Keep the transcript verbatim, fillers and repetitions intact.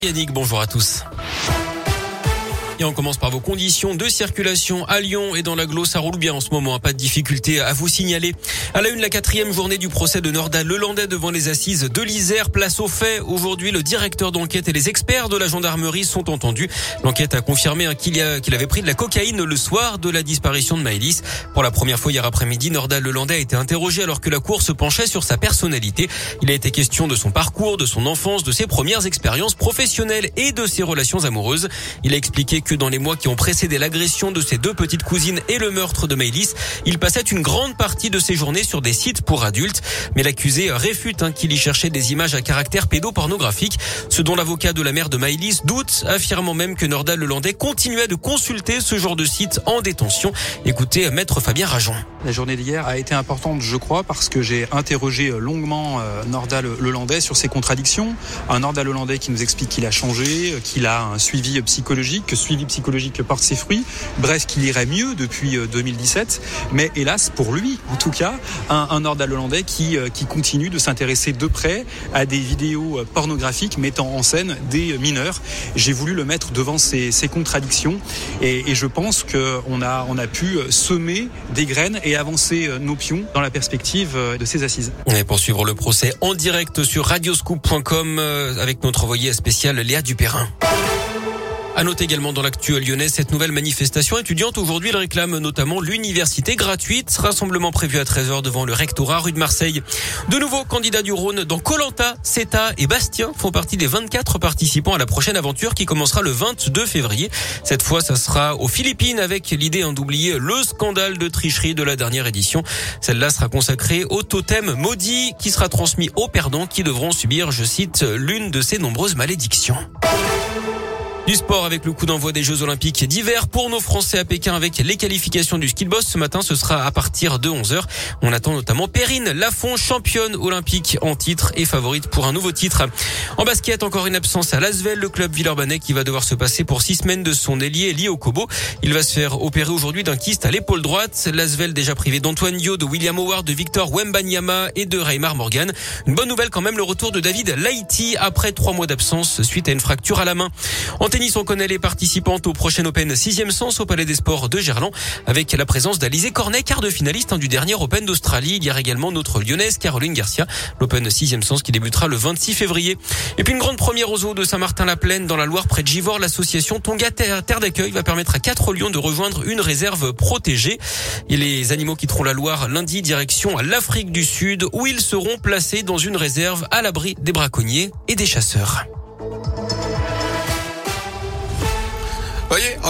Yannick, bonjour à tous. Et on commence par vos conditions de circulation à Lyon et dans l'agglo. Ça roule bien en ce moment, pas de difficulté à vous signaler. À la une, la quatrième journée du procès de Nordal Lelandais devant les assises de l'Isère. Place aux faits. Aujourd'hui, le directeur d'enquête et les experts de la gendarmerie sont entendus. L'enquête a confirmé qu'il, y a, qu'il avait pris de la cocaïne le soir de la disparition de Maëlys. Pour la première fois hier après-midi, Nordal Lelandais a été interrogé alors que la cour se penchait sur sa personnalité. Il a été question de son parcours, de son enfance, de ses premières expériences professionnelles et de ses relations amoureuses. Il a expliqué que dans les mois qui ont précédé l'agression de ses deux petites cousines et le meurtre de Maëlys, il passait une grande partie de ses journées sur des sites pour adultes. Mais l'accusé réfute hein, qu'il y cherchait des images à caractère pédopornographique, ce dont l'avocat de la mère de Maëlys doute, affirmant même que Nordal Lelandais continuait de consulter ce genre de site en détention. Écoutez Maître Fabien Rajon. La journée d'hier a été importante, je crois, parce que j'ai interrogé longuement Nordal Lelandais sur ses contradictions. Un Nordal Lelandais qui nous explique qu'il a changé, qu'il a un suivi psychologique, que suivi psychologique porte ses fruits, bref, qu'il irait mieux depuis deux mille dix-sept, mais hélas pour lui, en tout cas, un, un Nordal Lelandais qui, qui continue de s'intéresser de près à des vidéos pornographiques mettant en scène des mineurs. J'ai voulu le mettre devant ces, ces contradictions et, et je pense qu'on a, on a pu semer des graines et avancer nos pions dans la perspective de ces assises. Et pour suivre le procès en direct sur radioscoop point com avec notre envoyée spéciale Léa Dupérin. À noter également dans l'actu lyonnaise cette nouvelle manifestation étudiante. Aujourd'hui, elle réclame notamment l'université gratuite. Rassemblement prévu à treize heures devant le rectorat rue de Marseille. De nouveaux candidats du Rhône dans Koh-Lanta, Ceta et Bastien font partie des vingt-quatre participants à la prochaine aventure qui commencera le vingt-deux février. Cette fois, ça sera aux Philippines avec l'idée hein, d'oublier le scandale de tricherie de la dernière édition. Celle-là sera consacrée au totem maudit qui sera transmis aux perdants qui devront subir, je cite, l'une de ces nombreuses malédictions. Du sport avec le coup d'envoi des Jeux Olympiques d'hiver pour nos Français à Pékin avec les qualifications du ski de boss. Ce matin, ce sera à partir de onze heures. On attend notamment Perrine Lafont, championne olympique en titre et favorite pour un nouveau titre. En basket, encore une absence à l'Asvel, le club villeurbanais qui va devoir se passer pour six semaines de son ailier Lee Okobo. Il va se faire opérer aujourd'hui d'un kyste à l'épaule droite. L'Asvel déjà privé d'Antoine Dio, de William Howard, de Victor Wembanyama et de Raymar Morgan. Une bonne nouvelle quand même, le retour de David Laïti après trois mois d'absence suite à une fracture à la main. En tennis, on connaît les participantes au prochain Open sixième sens au Palais des Sports de Gerland avec la présence d'Alizé Cornet, quart de finaliste du dernier Open d'Australie. Il y a également notre lyonnaise Caroline Garcia, l'Open sixième sens qui débutera le vingt-six février. Et puis une grande première aux eaux de Saint-Martin-la-Plaine dans la Loire près de Givors. L'association Tonga Terre d'accueil va permettre à quatre lions de rejoindre une réserve protégée. Et les animaux quitteront la Loire lundi direction l'Afrique du Sud où ils seront placés dans une réserve à l'abri des braconniers et des chasseurs. Voyez